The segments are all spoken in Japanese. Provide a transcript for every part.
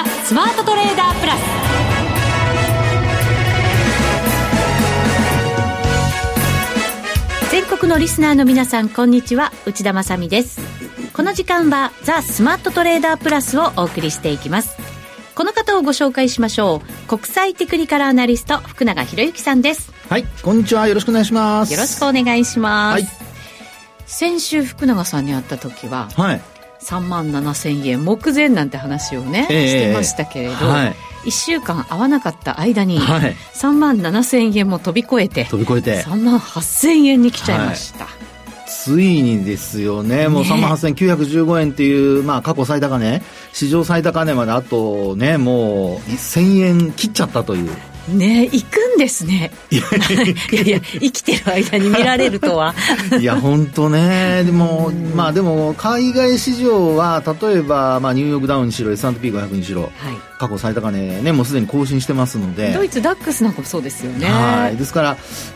ザ・スマートトレーダープラス。全国のリスナーの皆さん、こんにちは、内田まさみです。この時間はザ・スマートトレーダープラスをお送りしていきます。この方をご紹介しましょう。国際テクニカルアナリスト、福永博之さんです。 はい、こんにちは、よろしくお願いします。 よろしくお願いします、 はい、 先週福永さんに会った時は、 はい、 37,000円目前なんて話をね、してましたけれど、はい、1週間会わなかった間に、はい、37,000円も飛び越えて38,000円に来ちゃいました、はい、 ついにですよね。もう38,915円っていう、過去最高値、史上最高値まであとね、もう1000円切っちゃったというね。行くんですね。いや生きてる間に見られるとは。 いや本当ね。でもでも海外市場は例えばニューヨークダウンにしろ S&P500 にしろ、はい、過去最高値ね、もうすでに更新してますので、 ドイツダックスなんかもそうですよね。 はい、ですから、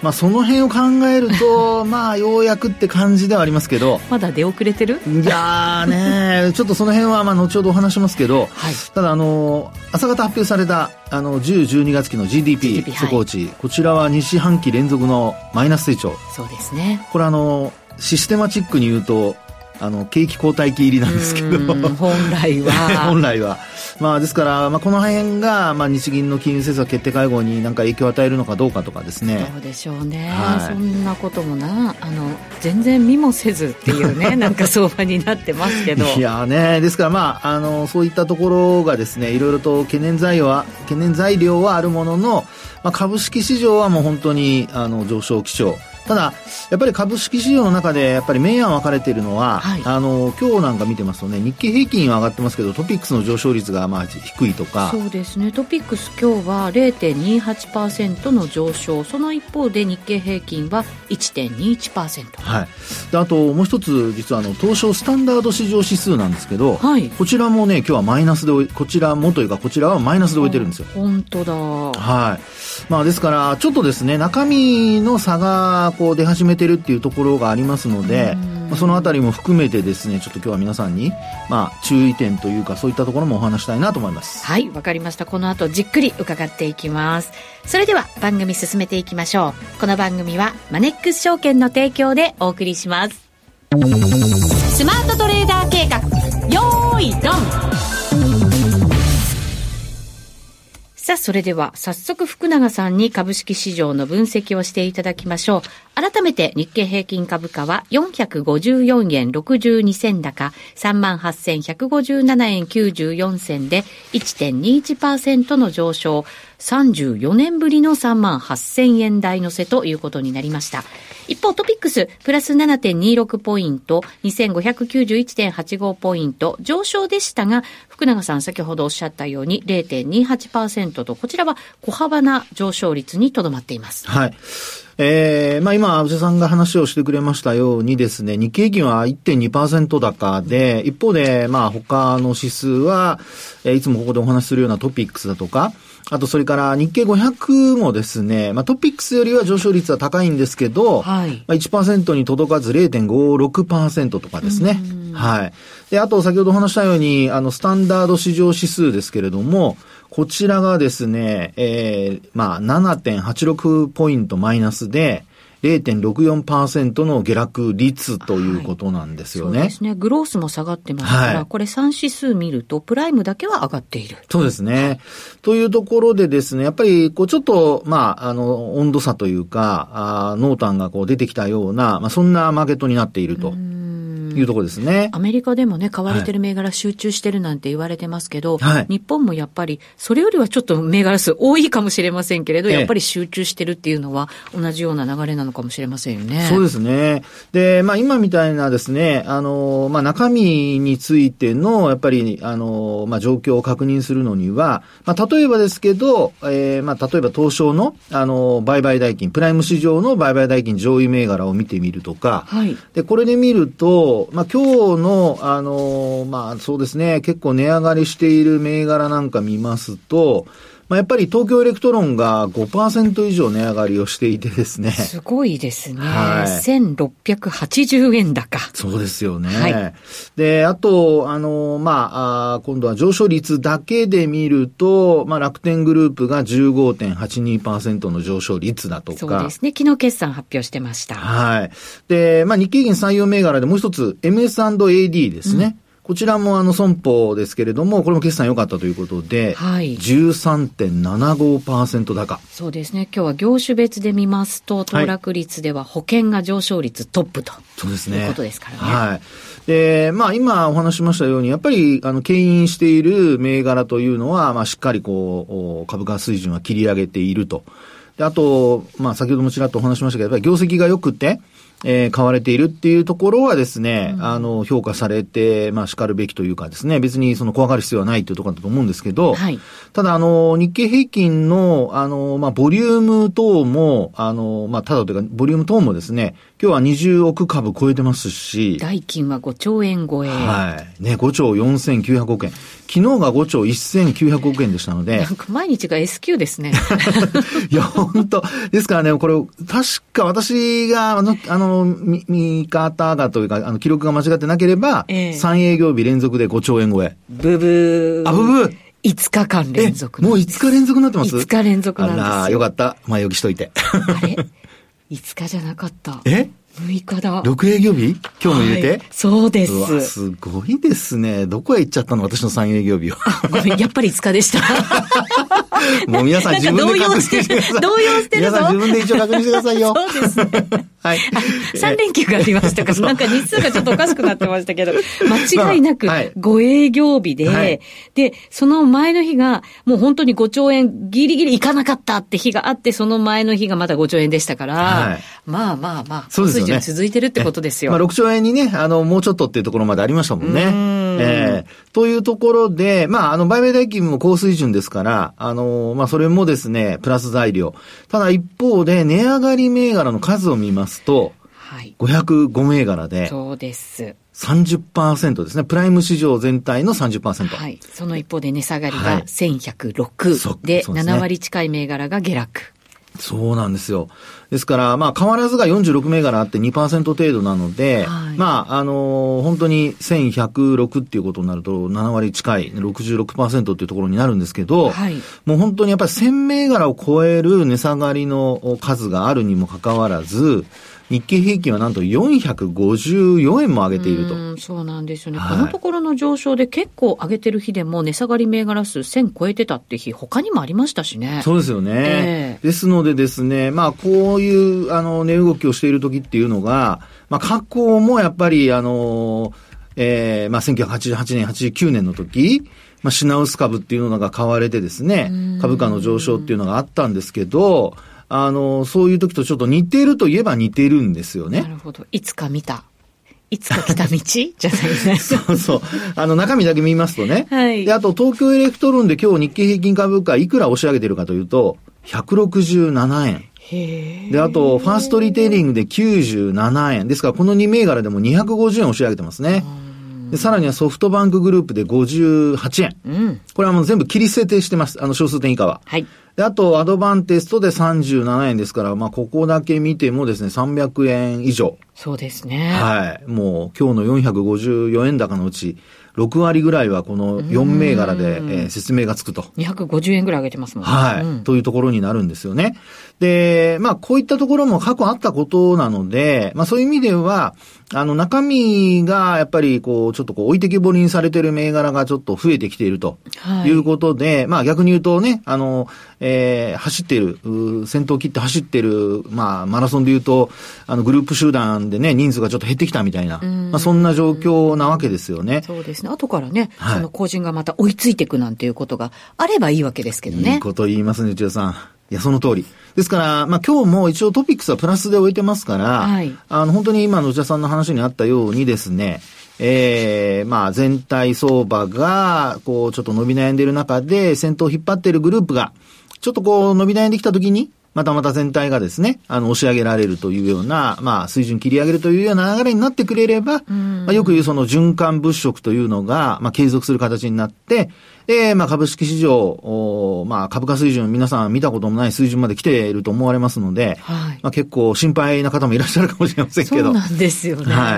その辺を考えるとようやくって感じではありますけど、 まだ出遅れてる。 いやねちょっとその辺は後ほどお話しますけど、はい、ただ朝方発表された10、12月期の GDP 速報値、はい、こちらは2四半期連続のマイナス成長。 そうですね。 これシステマチックに言うと景気後退期入りなんですけど、 本来はですから、この辺が、日銀の金融政策決定会合に何か影響を与えるのかどうかとかですね。 どうでしょうね、はい、そんなことも全然見もせずっていうねなんか相場になってますけど。 いやね、ですからそういったところがですね、いろいろと懸念材料はあるものの、株式市場はもう本当に上昇基調。ただやっぱり株式市場の中でやっぱり明暗分かれているのは、はい、今日なんか見てますとね、日経平均は上がってますけどトピックスの上昇率が低いとか。 そうですね。トピックス今日は 0.28% の上昇、その一方で日経平均は 1.21%、 はい、であともう一つ実は東証スタンダード市場指数なんですけど、はい、こちらもね今日はマイナスで、こちらはマイナスで終えてるんですよ。 本当だ。 はい、ですからちょっとですね、中身の差が出始めてるっていうところがありますので、そのあたりも含めてですね、ちょっと今日は皆さんに、注意点というかそういったところもお話したいなと思います。 はい、わかりました。この後じっくり伺っていきます。それでは番組進めていきましょう。この番組はマネックス証券の提供でお送りします。スマートトレーダー計画、よーいドン。さあ、それでは早速福永さんに株式市場の分析をしていただきましょう。改めて日経平均株価は454円62銭高 38,157 円94銭で 1.21% の上昇、34年ぶりの 38,000 円台乗せということになりました。一方トピックスプラス 7.26 ポイント 2591.85 ポイント上昇でしたが、福永さん先ほどおっしゃったように 0.28% とこちらは小幅な上昇率にとどまっています。 はい。今内田さんが話をしてくれましたようにですね、日経平均は 1.2% 高で、一方で他の指数はいつもここでお話しするようなトピックスだとか、あとそれから日経500もですね、トピックスよりは上昇率は高いんですけど、はい、1% に届かず 0.56% とかですね。はい。で、あと先ほどお話したようにスタンダード市場指数ですけれども、こちらがですね、7.86 ポイントマイナスで 0.64% の下落率ということなんですよね。 そうですね。グロースも下がってますから、はい、これ3指数見るとプライムだけは上がっている。 そうですね。はい、というところでですね、やっぱりちょっと温度差というか濃淡が出てきたような、そんなマーケットになっているというところですね。 アメリカでもね、買われてる銘柄集中してるなんて言われてますけど、はい、日本もやっぱりそれよりはちょっと銘柄数多いかもしれませんけれど、やっぱり集中してるっていうのは同じような流れなのかもしれませんよね。 そうですね。で、今みたいなですね、中身についてのやっぱり状況を確認するのには、例えばですけど、例えば東証の売買代金、プライム市場の売買代金上位銘柄を見てみるとか、はい、でこれで見ると、今日のそうですね、結構値上がりしている銘柄なんか見ますと、 やっぱり東京エレクトロンが 5% 以上値上がりをしていてですね。 すごいですね。 はい。 1680円高。 そうですよね。 はい。 で、あと、今度は上昇率だけで見ると、楽天グループが 15.82% の上昇率だとか。 そうですね。昨日決算発表してました。 はい。で、日経平均採用銘柄でもう一つ、MS&AD ですね。こちらも損保ですけれども、これも決算良かったということで、 はい。 13.75% 高。 そうですね。今日は業種別で見ますと、騰落率では保険が上昇率トップと。 そうですね。 いうことですからね。 はい。で、今お話しましたように、やっぱり、牽引している銘柄というのは、しっかり株価水準は切り上げていると。で、あと、先ほどもちらっとお話しましたけど、やっぱり業績が良くて、買われているっていうところはですね、評価されて、叱るべきというかですね、別に怖がる必要はないというところだと思うんですけど、 はい。 ただ日経平均の、ボリューム等も、ただというか、ボリューム等もですね、今日は20億株超えてますし、 代金は5兆円超え。 はい。ね、5兆4900億円。昨日が5兆1900億円でしたので。 なんか毎日が S q ですね。 いや、本当ですからね、これ、確か私が、見方がというか、記録が間違ってなければ、3営業日連続で5兆円超え。 ブブー。 あ、ブブー。 5日間連続もう5日連続になってます？ 5 日連続なんですよ。 あら、よかった。前置きしといて。 あれ ?5 日じゃなかった。 6 日だ。 6営業日今日も入れて、はい、 そうです。 うわ、すごいですね。どこへ行っちゃったの私の3営業日を。 ごめん、やっぱり5日でした。 もう皆さん自分で確認してください。 動揺してるぞ。 皆さん自分で一応確認してくださいよ。 そうですね。はい。3連休がありましたから、なんか日数がちょっとおかしくなってましたけど、間違いなく5営業日で、はい、で、その前の日が、もう本当に5兆円ギリギリいかなかったって日があって、その前の日がまた5兆円でしたから、はい、まあ、 そうですよね。 水準続いてるってことですよ。 6兆円にね、もうちょっとっていうところまでありましたもんね。というところで、売買代金も高水準ですから、それもですね、プラス材料。ただ一方で、値上がり銘柄の数を見ますと、はい、505銘柄で、 そうです。 30% ですね。プライム市場全体の 30%。 はい。その一方で値下がりが1106、で、7割近い銘柄が下落。 そうなんですよ。ですから、変わらずが46銘柄あって 2% 程度なので、はい、本当に1106っていうことになると7割近い 66% っていうところになるんですけど、はい、もう本当にやっぱり1000銘柄を超える値下がりの数があるにもかかわらず、日経平均はなんと454円も上げていると。 そうなんですよね、はい。このところの上昇で結構上げてる日でも値下がり銘柄数1000超えてたって日他にもありましたしね。 そうですよね。ですのでですね、こういう値動きをしている時っていうのが、過去もやっぱり1988年、89年の時、品薄株っていうのが買われてですね、株価の上昇っていうのがあったんですけど、そういう時とちょっと似ているといえば似ているんですよね。 なるほど。いつか見た。いつか来た道じゃないですね。 そうそう。中身だけ見ますとね。 はい。 で、あと東京エレクトロンで今日日経平均株価いくら押し上げてるかというと、167円。 へー。 で、あと、ファーストリテイリングで97円。ですから、この2銘柄でも250円押し上げてますね。で、さらにはソフトバンクグループで58円。 うん。 これはもう全部切り捨てしてます。小数点以下は。 はい。 で、あと、アドバンテストで37円ですから、ここだけ見てもですね、300円以上。 そうですね。 はい。もう、今日の454円高のうち、6割ぐらいはこの4銘柄で、説明がつくと。 250円ぐらい上げてますもんね。 はい。というところになるんですよね。で、こういったところも過去あったことなので、そういう意味では、中身がやっぱりちょっと置いてきぼりにされている銘柄がちょっと増えてきているということで、逆に言うとね、走っている、先頭切って走っている、マラソンで言うと、グループ集団でね、人数がちょっと減ってきたみたいな、そんな状況なわけですよね。 そうですね。後からね、その後進がまた追いついていくなんていうことがあればいいわけですけどね。 いいこと言いますね、内田さん。いや、その通り。ですから、今日も一応トピックスはプラスで終えてますから、はい、本当に今の内田さんの話にあったようにですね、全体相場が、ちょっと伸び悩んでいる中で、先頭を引っ張っているグループが、ちょっと伸び悩んできたときに、 また全体がですね、押し上げられるというような、水準切り上げるというような流れになってくれれば、よく言うその循環物色というのが、継続する形になって、で、株式市場、株価水準、皆さん見たこともない水準まで来ていると思われますので、結構心配な方もいらっしゃるかもしれませんけど。 そうなんですよね。 はい。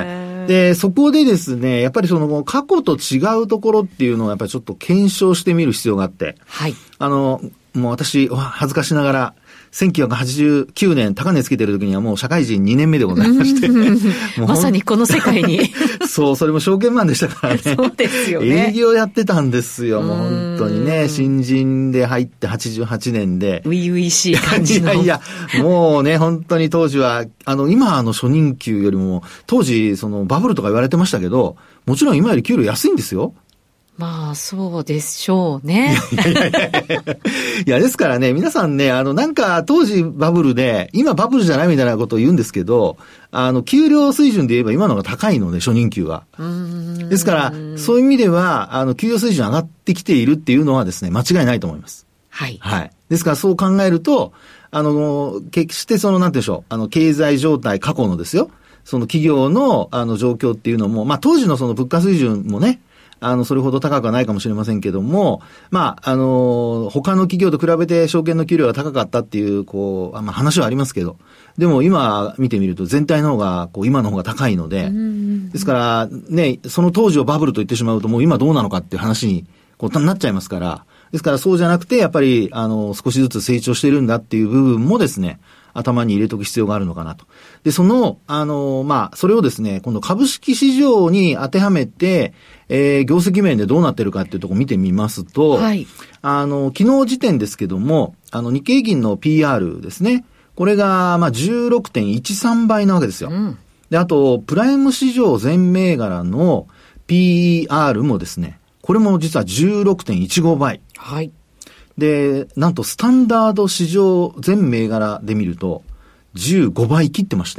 で、そこでですね、やっぱりその過去と違うところっていうのをやっぱりちょっと検証してみる必要があって、はい。もう私、恥ずかしながら、1989年高値つけてる時にはもう社会人2年目でございまして。 まさにこの世界に。 そう、それも証券マンでしたからね。 そうですよね。 営業やってたんですよ、もう本当にね。新人で入って88年で。 初々しい感じの。 いや、もうね、本当に当時は、今初任給よりも、当時、そのバブルとか言われてましたけど、もちろん今より給料安いんですよ。 そうでしょうね。 いや、ですからね、皆さんね、なんか当時バブルで、今バブルじゃないみたいなことを言うんですけど、給料水準で言えば今のが高いので、初任給は。ですから、そういう意味では、給料水準上がってきているっていうのはですね、間違いないと思います。はい。はい。ですから、そう考えると、決してなんて言うんでしょう、経済状態、過去のですよ、その企業の、状況っていうのも、当時のその物価水準もね、それほど高くはないかもしれませんけども、他の企業と比べて証券の給料が高かったっていう、話はありますけど、でも今見てみると全体の方が、今の方が高いので、ですから、ね、その当時をバブルと言ってしまうともう今どうなのかっていう話に、なっちゃいますから、ですからそうじゃなくて、やっぱり、少しずつ成長してるんだっていう部分もですね、頭に入れとく必要があるのかなと。で、それをですね、今度株式市場に当てはめて、業績面でどうなってるかっていうところを見てみますと、はい、昨日時点ですけども、日経平均の PR ですね。これが、16.13 倍なわけですよ。で、あと、プライム市場全銘柄の PR もですね、これも実は 16.15 倍。はい。で、なんとスタンダード市場全銘柄で見ると、15倍切ってまして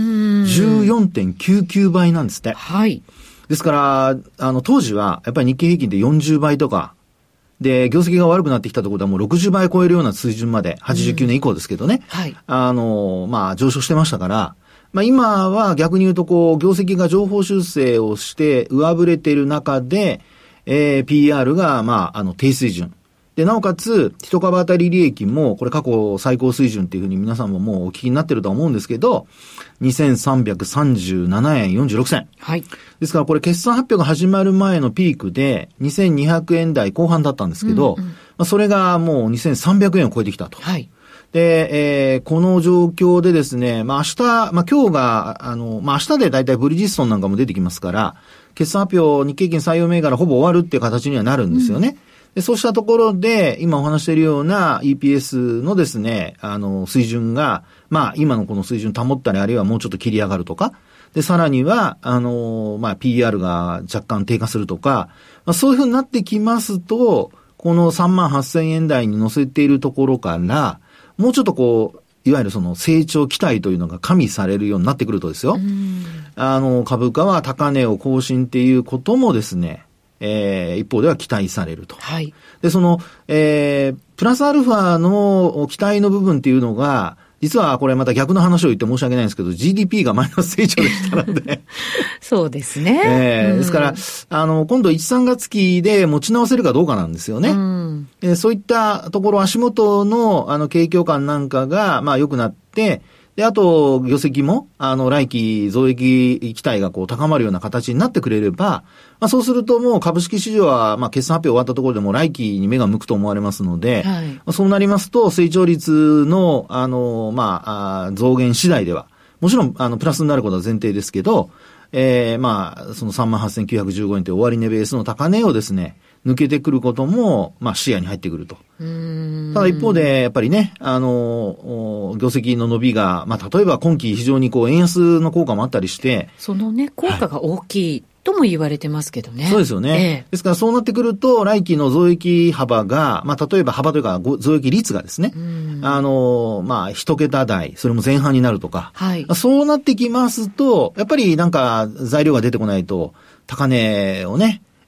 、14.99 倍なんですって。はい。ですから、当時は、やっぱり日経平均で40倍とか、で、業績が悪くなってきたところではもう60倍超えるような水準まで、89年以降ですけどね。はい。上昇してましたから、今は逆に言うと業績が上方修正をして上振れている中で、PR が、低水準。で、なおかつ、一株当たり利益も、これ過去最高水準っていうふうに皆さんももうお聞きになってるとは思うんですけど、2337円46銭。はい。ですからこれ決算発表が始まる前のピークで、2200円台後半だったんですけど、それがもう2300円を超えてきたと。はい。で、この状況でですね、明日、今日が、明日でだいたいブリヂストンなんかも出てきますから、決算発表、日経平均採用銘柄ほぼ終わるっていう形にはなるんですよね。で、そうしたところで、今お話しているような EPS のですね、水準が、今のこの水準保ったり、あるいはもうちょっと切り上がるとか、で、さらには、PR が若干低下するとか、そういうふうになってきますと、この38,000円台に乗せているところから、もうちょっといわゆるその成長期待というのが加味されるようになってくるとですよ。株価は高値を更新っていうこともですね、一方では期待されると。はい。で、プラスアルファの期待の部分っていうのが、実はこれまた逆の話を言って申し訳ないんですけど、GDP がマイナス成長でしたので。 そうですね。 ですから、今度1、3月期で持ち直せるかどうかなんですよね。そういったところ足元の、景況感なんかが、良くなって、で、あと、業績も、来期増益期待が高まるような形になってくれれば、そうするともう株式市場は、決算発表終わったところでも来期に目が向くと思われますので、はい、そうなりますと、成長率の、増減次第では、もちろん、プラスになることは前提ですけど、その 38,915 円という終値ベースの高値をですね、抜けてくることも、視野に入ってくると。ただ一方で、やっぱりね、業績の伸びが、例えば今期非常に円安の効果もあったりして、 そのね、効果が大きいとも言われてますけどね。 そうですよね。ですからそうなってくると、来期の増益幅が、例えば幅というか、増益率がですね、一桁台、それも前半になるとか、はい、そうなってきますと、やっぱりなんか材料が出てこないと、高値をね、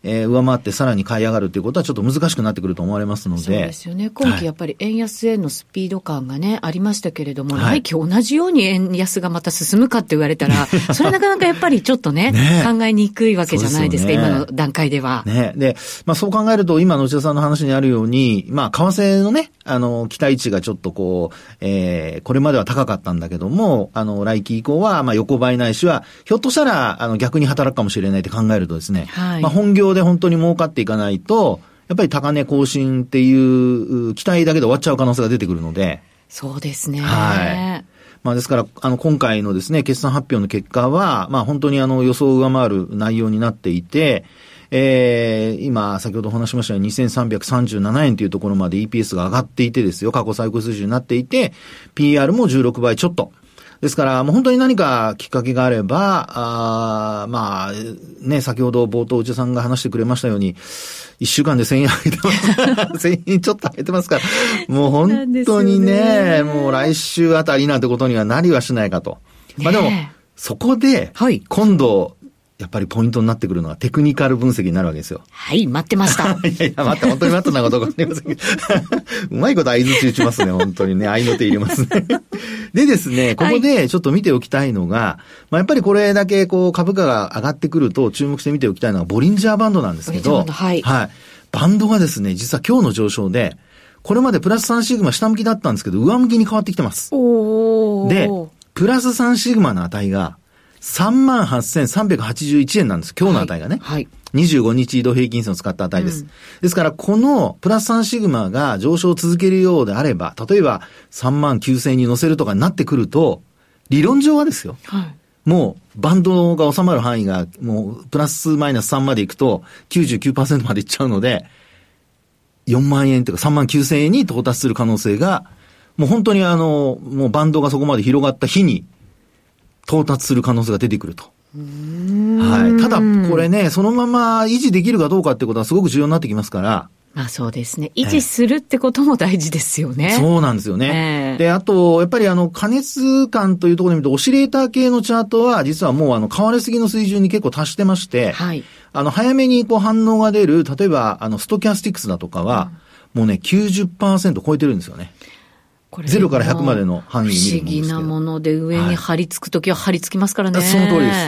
上回ってさらに買い上がるということはちょっと難しくなってくると思われますので。 そうですよね。今期やっぱり円安へのスピード感がね、ありましたけれども、来期同じように円安がまた進むかって言われたら、それはなかなかやっぱりちょっとね、考えにくいわけじゃないですか、今の段階では。 で、そう考えると、今の内田さんの話にあるように、為替のね、期待値がちょっとこれまでは高かったんだけども、来期以降は、横ばいないしは、ひょっとしたら、逆に働くかもしれないって考えるとですね、本業で本当に儲かっていかないと、やっぱり高値更新っていう期待だけで終わっちゃう可能性が出てくるので。 そうですね。 ですから、今回のですね、決算発表の結果は、本当に予想を上回る内容になっていて、今、先ほどお話しましたように2337円というところまで EPS が上がっていてですよ、過去最高水準になっていて、PR も16倍ちょっと。ですから、もう本当に何かきっかけがあれば、先ほど冒頭内田さんが話してくれましたように、1週間で1000円上げてます。1000円ちょっと上げてますから、もう本当にね、もう来週あたりなんてことにはなりはしないかと。でも、そこで、今度、やっぱりポイントになってくるのはテクニカル分析になるわけですよ。 はい、待ってました。 本当に待ったのかどうかわかりませんけど。うまいこと相槌打ちますね、本当にね。合いの手入れますね。でですね、ここでちょっと見ておきたいのが、やっぱりこれだけ株価が上がってくると注目して見ておきたいのがボリンジャーバンドなんですけど、バンドがですね、実は今日の上昇で、これまでプラス3シグマ下向きだったんですけど、上向きに変わってきてます。で、プラス3シグマの値が、38,381 円なんです。今日の値がね。25日移動平均線を使った値です。ですから、このプラス3シグマが上昇を続けるようであれば、例えば39,000円に乗せるとかになってくると、理論上はですよ。もう、バンドが収まる範囲が、もう、プラスマイナス3までいくと、99% までいっちゃうので、4万円というか39,000円に到達する可能性が、もう本当にもうバンドがそこまで広がった日に、到達する可能性が出てくると。ただ、これね、そのまま維持できるかどうかってことはすごく重要になってきますから。 そうですね。維持するってことも大事ですよね。 そうなんですよね。で、あと、やっぱり過熱感というところで見ると、オシレーター系のチャートは、実はもう買われすぎの水準に結構達してまして、早めに反応が出る、例えば、ストキャスティックスだとかは、もうね、90% 超えてるんですよね。0から100までの範囲に見る不思議なもので上に張り付くときは張り付きますからね。 その通りです。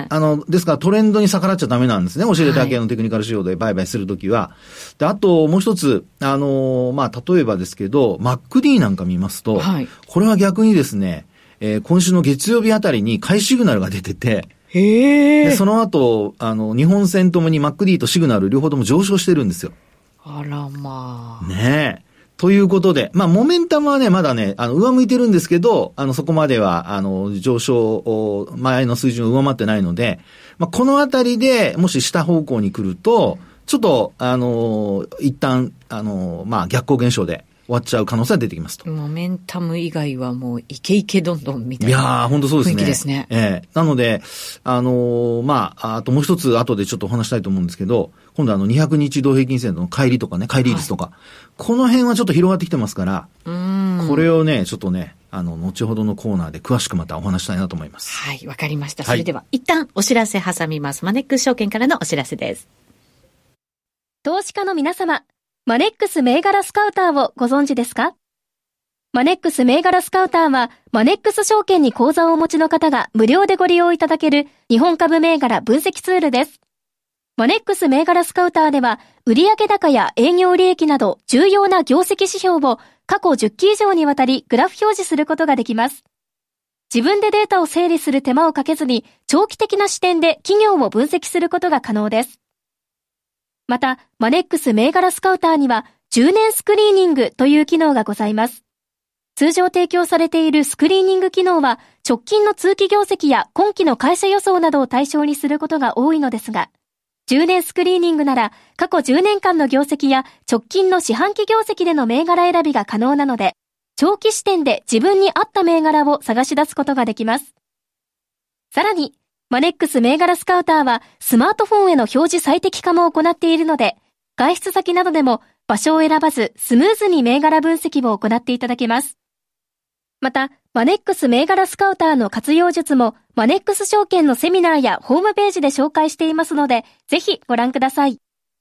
ですからトレンドに逆らっちゃダメなんですね。オシレーター系のテクニカル指標で売買するときは。で、あともう一つ、例えばですけど、MacD なんか見ますと、これは逆にですね、今週の月曜日あたりに買いシグナルが出てて、でその後、日本線ともに MacD とシグナル両方とも上昇してるんですよ。 あらまあ。 ねえ。ということで、モメンタムはね、まだね、上向いてるんですけど、そこまでは、上昇、前の水準を上回ってないので、このあたりで、もし下方向に来ると、ちょっと、一旦、逆行現象で終わっちゃう可能性が出てきますと。 モメンタム以外はもう、イケイケどんどんみたいな。 いやー、本当そうですね。 雰囲気ですね。 なので、あともう一つ後でちょっとお話したいと思うんですけど、今度200日移動平均線の乖離とかね、乖離率とか、この辺はちょっと広がってきてますから、これをね、ちょっとね、後ほどのコーナーで詳しくまたお話したいなと思います。 はい、わかりました。それでは、一旦お知らせ挟みます。マネックス証券からのお知らせです。 投資家の皆様、マネックス銘柄スカウターをご存知ですか？マネックス銘柄スカウターは、マネックス証券に口座をお持ちの方が無料でご利用いただける日本株銘柄分析ツールです。マネックス銘柄スカウターでは、売上高や営業利益など重要な業績指標を過去10期以上にわたりグラフ表示することができます。自分でデータを整理する手間をかけずに、長期的な視点で企業を分析することが可能です。また、マネックス銘柄スカウターには、10年スクリーニングという機能がございます。通常提供されているスクリーニング機能は、直近の通期業績や今期の会社予想などを対象にすることが多いのですが、10年スクリーニングなら過去10年間の業績や直近の四半期業績での銘柄選びが可能なので、長期視点で自分に合った銘柄を探し出すことができます。さらに、マネックス銘柄スカウターはスマートフォンへの表示最適化も行っているので、外出先などでも場所を選ばずスムーズに銘柄分析を行っていただけます。また、マネックス銘柄スカウターの活用術もマネックス証券のセミナーやホームページで紹介していますので、ぜひご覧ください。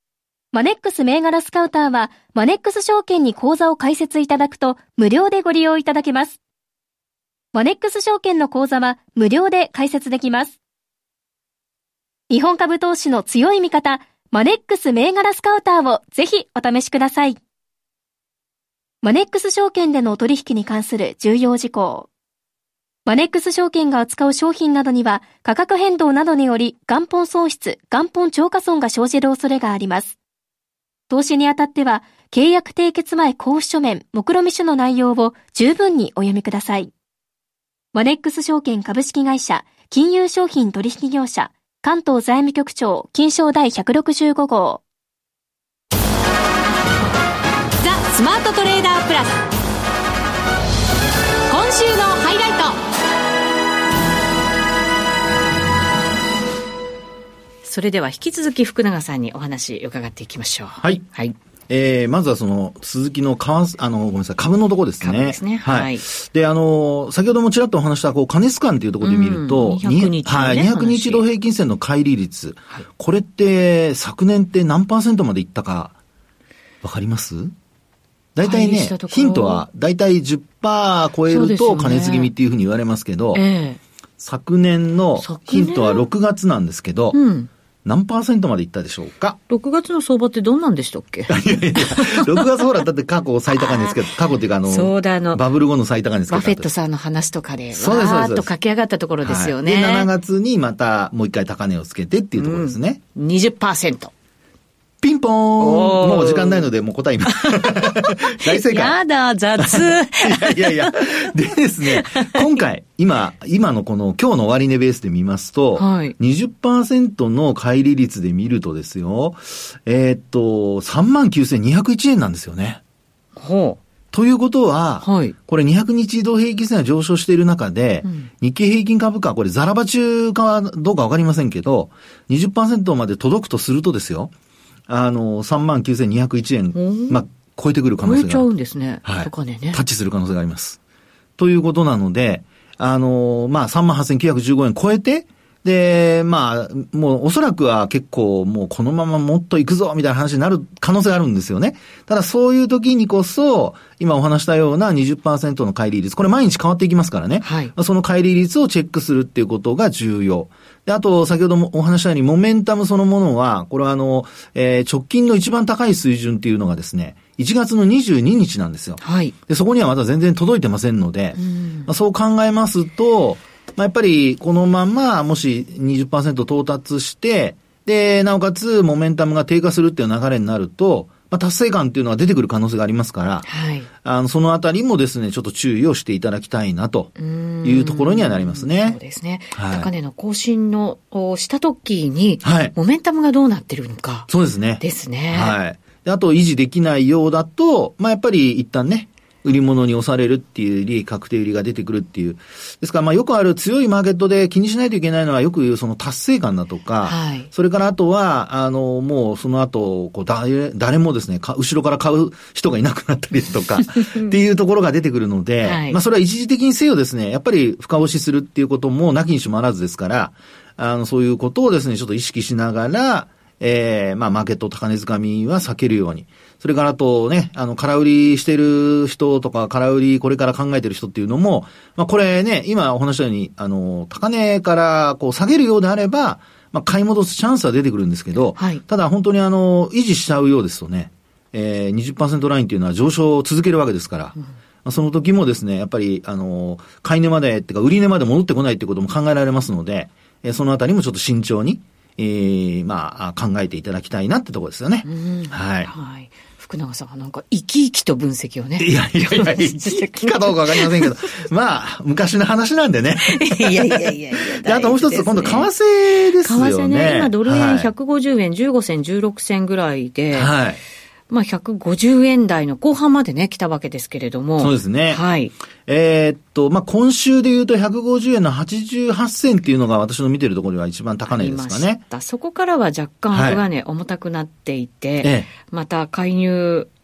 マネックス銘柄スカウターは、マネックス証券に口座を開設いただくと、無料でご利用いただけます。マネックス証券の口座は、無料で開設できます。日本株投資の強い味方、マネックス銘柄スカウターをぜひお試しください。マネックス証券での取引に関する重要事項。マネックス証券が扱う商品などには価格変動などにより元本損失、元本超過損が生じる恐れがあります。投資にあたっては契約締結前交付書面、目論見書の内容を十分にお読みください。マネックス証券株式会社、金融商品取引業者、関東財務局長、金商第165号。 ザ・スマートトレーダープラス。今週のハイライト。それでは引き続き福永さんにお話伺っていきましょう。 はい。 はい。 まずはその、鈴木のごめんなさい、株のとこですね。 株ですね。はい。 で、先ほどもちらっとお話した、過熱感っていうところで見ると、 200日、 はい、200日移動平均線の乖離率。はい、これって、昨年って何%までいったか、わかります？大体ね、ヒントは、大体 10% 超えると過熱気味っていうふうに言われますけど、昨年のヒントは6月なんですけど、何%までいったでしょうか。 6月の相場ってどんなんでしたっけ？いや 6月ほら、だって過去最高値ですけど、過去っていうかバブル後の最高値ですけど。 バフェットさんの話とかで、わーっと駆け上がったところですよね。 はい、で、7月にまたもう一回高値をつけてっていうところですね。 20%。 ピンポーン。もう時間ないので、もう答え今。大正解。 やだ、雑。 いや。でですね、今回、今のこの今日の終値ベースで見ますと、はい、20% の乖離率で見るとですよ、39,201 円なんですよね。 ほう。 ということは、 はい、 これ200日移動平均線が上昇している中で、日経平均株価、これザラバ中かどうかわかりませんけど、20% まで届くとするとですよ、39,201 円、超えてくる可能性がある。 超えちゃうんですね。 はい。 高値ね。 タッチする可能性があります。ということなので、38,915 円超えて、で、もうおそらくは結構もうこのままもっと行くぞみたいな話になる可能性があるんですよね。ただそういう時にこそ、今お話したような 20% の乖離率、これ毎日変わっていきますからね。 はい。 その乖離率をチェックするっていうことが重要。で、あと、先ほどもお話したように、モメンタムそのものは、これは直近の一番高い水準っていうのがですね、1月の22日なんですよ。 はい。 で、そこにはまだ全然届いてませんので、そう考えますと、やっぱりこのままもし 20% 到達して、で、なおかつモメンタムが低下するっていう流れになると、達成感っていうのが出てくる可能性がありますから、 はい。 そのあたりもですね、ちょっと注意をしていただきたいなというところにはなりますね。 そうですね。はい、高値の更新のした時に、はい、モメンタムがどうなってるのか。 そうですね。 ですね。 はい。で、あと維持できないようだと、やっぱり一旦ね、売り物に押されるっていう利益確定売りが出てくるっていう。ですからよくある強いマーケットで気にしないといけないのはよく言うその達成感だとか、 はい、 それからあとは、もうその後、誰もですね、後ろから買う人がいなくなったりとか、っていうところが出てくるので、はい、それは一時的にせよですね、やっぱり深押しするっていうこともなきにしもあらずですから、そういうことをですね、ちょっと意識しながら、マーケット高値掴みは避けるように。それからあとね、空売りしてる人とか、空売りこれから考えてる人っていうのも、これね、今お話したように、高値から下げるようであれば、買い戻すチャンスは出てくるんですけど、 はい、 ただ本当に維持しちゃうようですとね、20% ラインっていうのは上昇を続けるわけですから、その時もですね、やっぱり、買い値まで、ってか売り値まで戻ってこないっていうことも考えられますので、そのあたりもちょっと慎重に、考えていただきたいなってところですよね。はい。 はい。福永さんはなんか生き生きと分析をね。 いや、生き生きかどうかわかりませんけど。昔の話なんでね。 いや。 で、あともう一つ、今度為替ですよね。 為替ね、今ドル円150円、15銭、16銭ぐらいで、 はい。 150円台の後半までね、来たわけですけれども。 そうですね。 はい。 今週で言うと150円の88銭っていうのが私の見てるところでは一番高値ですかね。 そこからは若干上値重たくなっていて、また介入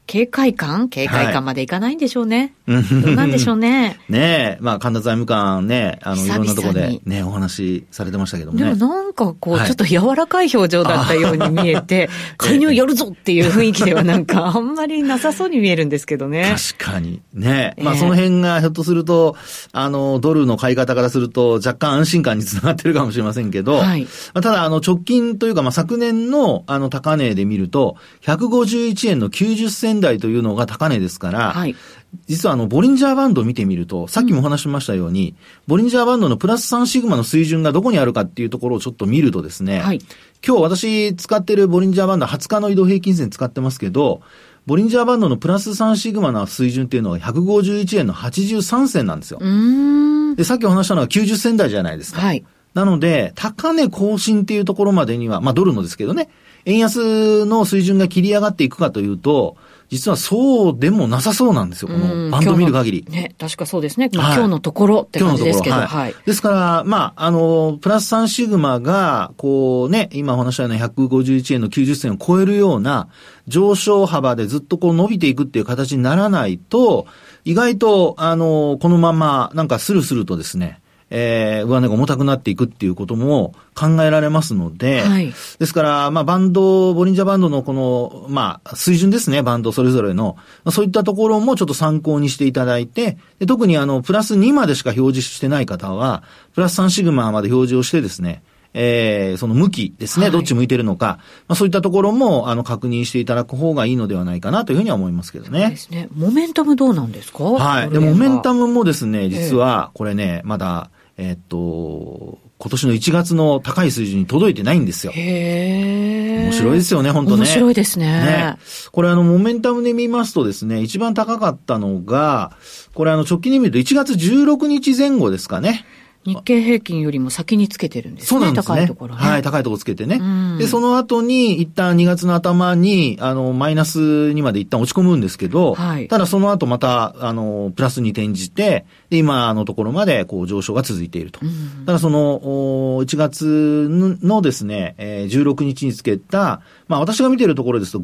警戒感までいかないんでしょうね。どうなんでしょうね。 ねえ、まあ、神田財務官ね、いろんなところでね、お話されてましたけどもね。 でもなんかこう、ちょっと柔らかい表情だったように見えて、介入やるぞっていう雰囲気ではなんかあんまりなさそうに見えるんですけどね。 確かに。ね。まあ、その辺がひょっとすると、ドルの買い方からすると若干安心感につながってるかもしれませんけど、はい。まあ、ただ、直近というか、まあ、昨年の高値で見ると、151円の90銭台というのが高値ですから、はい。実はボリンジャーバンドを見てみると、さっきもお話しましたように、ボリンジャーバンドのプラス3シグマの水準がどこにあるかっていうところをちょっと見るとですね、はい。今日私使ってるボリンジャーバンドは20日の移動平均線使ってますけど、ボリンジャーバンドのプラス3シグマの水準っていうのは151円の83銭なんですよ。で、さっきお話したのは90銭台じゃないですか。はい。なので、高値更新っていうところまでには、まあドルのですけどね、円安の水準が切り上がっていくかというと、実はそうでもなさそうなんですよ、このバンド見る限り。 ね、確かそうですね。まあ、今日のところって感じですけど。 はい。ですから、まあ、プラス3シグマが、こうね、今お話したような151円の90銭を超えるような上昇幅でずっとこう伸びていくっていう形にならないと、意外と、このまま、なんかスルスルとですね、上値が重たくなっていくっていうことも考えられますので、はい、ですから、まあ、ボリンジャーバンドのこの、まあ、水準ですね、バンドそれぞれの、そういったところもちょっと参考にしていただいて、で特にプラス2までしか表示してない方は、プラス3シグマまで表示をしてですね、その向きですね、はい、どっち向いてるのか、まあ、そういったところも確認していただく方がいいのではないかなというふうには思いますけどね。 そうですね。モメンタムどうなんですか？ はい。で、モメンタムもですね、実はこれね、まだ今年の1月の高い水準に届いてないんですよ。面白いですよね、本当ね。 面白いですね。 これモメンタムで見ますとですね、一番高かったのが、これ直近で見ると1月16日前後ですかね。 日経平均よりも先につけてるんですね。 そうなんですね。 高いところね。 はい、高いところつけてね。で、その後に一旦2月の頭に、マイナスにまで一旦落ち込むんですけど、はい、ただその後また、プラスに転じて、で、今のところまでこう上昇が続いていると。ただその、1月のですね、16日につけた、まあ私が見ているところですと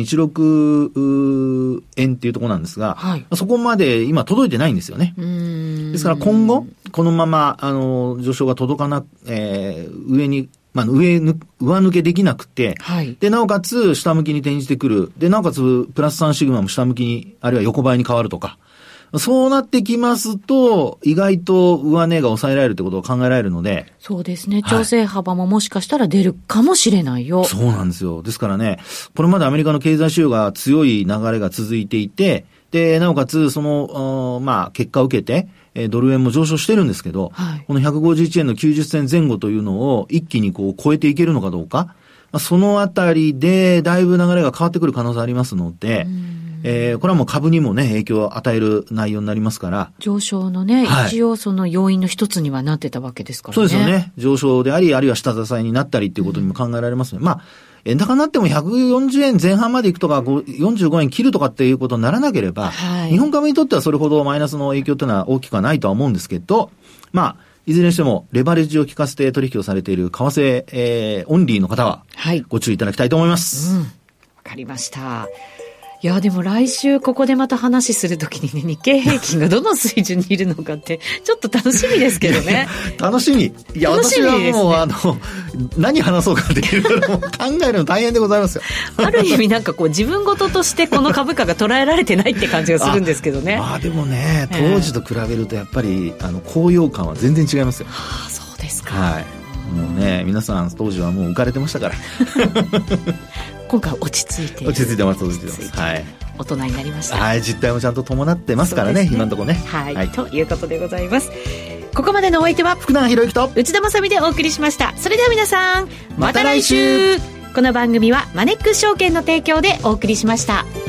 5.16 円っていうところなんですが、はい、そこまで今届いてないんですよね。ですから今後、このまま、上昇が届かな、上に、まあ、上抜けできなくて、はい、で、なおかつ下向きに転じてくる。で、なおかつプラス3シグマも下向きに、あるいは横ばいに変わるとか。そうなってきますと、意外と上値が抑えられるってことを考えられるので。 そうですね。調整幅ももしかしたら出るかもしれないよ。 そうなんですよ。ですからね、これまでアメリカの経済指標が強い流れが続いていて、で、なおかつ、その、まあ、結果を受けて、ドル円も上昇してるんですけど、はい、この151円の90銭前後というのを一気にこう超えていけるのかどうか、そのあたりでだいぶ流れが変わってくる可能性ありますので、これはもう株にもね、影響を与える内容になりますから。 上昇のね、はい、一応その要因の一つにはなってたわけですからね。 そうですよね。上昇であり、あるいは下支えになったりっていうことにも考えられますね。まあ、円高になっても140円前半までいくとか、45円切るとかっていうことにならなければ、はい、日本株にとってはそれほどマイナスの影響っていうのは大きくはないとは思うんですけど、まあ、いずれにしても、レバレッジを効かせて取引をされている為替、オンリーの方は、ご注意いただきたいと思います。 わかりました。いや、でも来週ここでまた話するときにね、日経平均がどの水準にいるのかって、ちょっと楽しみですけどね。 楽しみ。いや、私はもう、何話そうかっていうのを考えるの大変でございますよ。 ある意味なんかこう、自分事としてこの株価が捉えられてないって感じがするんですけどね。 まあでもね、当時と比べるとやっぱり、高揚感は全然違いますよ。 はあ、そうですか。 はい。もうね、皆さん当時はもう浮かれてましたから今回落ち着いてます。はい。 大人になりました。 はい、実態もちゃんと伴ってますからね、今のところね。 はい、ということでございます。ここまでのお相手は福永博之と内田まさみでお送りしました。それでは皆さん、また来週。この番組はマネックス証券の提供でお送りしました。